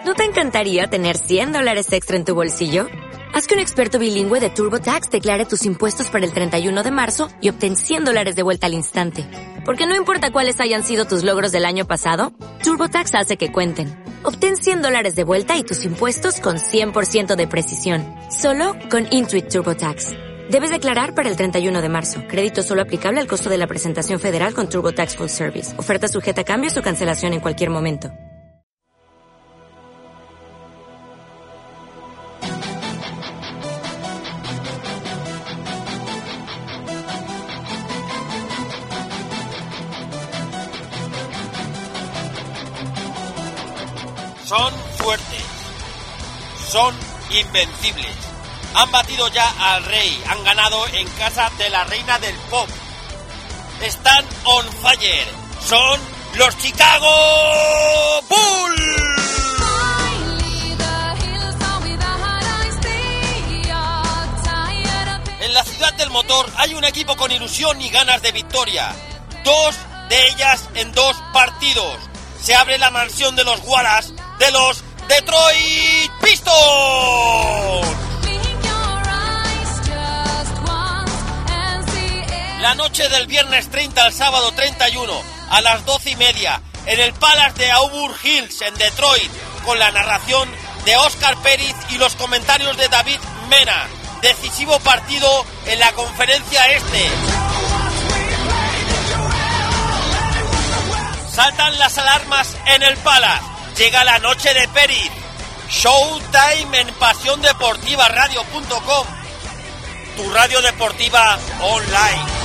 ¿No te encantaría tener $100 extra en tu bolsillo? Haz que un experto bilingüe de TurboTax declare tus impuestos para el 31 de marzo y obtén $100 de vuelta al instante. Porque no importa cuáles hayan sido tus logros del año pasado, TurboTax hace que cuenten. Obtén $100 de vuelta y tus impuestos con 100% de precisión. Solo con Intuit TurboTax. Debes declarar para el 31 de marzo. Crédito solo aplicable al costo de la presentación federal con TurboTax Full Service. Oferta sujeta a cambios o cancelación en cualquier momento. Son fuertes, son invencibles. Han batido ya al rey, han ganado en casa de la reina del pop. Están on fire, son los Chicago Bulls. En la ciudad del motor hay un equipo con ilusión y ganas de victoria. 2 de ellas en 2 partidos. Se abre la mansión de los Wallace de los Detroit Pistons. La noche del viernes 30 al sábado 31 a las 12:30 en el Palace de Auburn Hills en Detroit, con la narración de Óscar Pérez y los comentarios de David Mena. Decisivo partido en la conferencia este. Saltan las alarmas en el Palace. Llega la noche de Pérez. Showtime en PasiónDeportivaRadio.com. Tu radio deportiva online.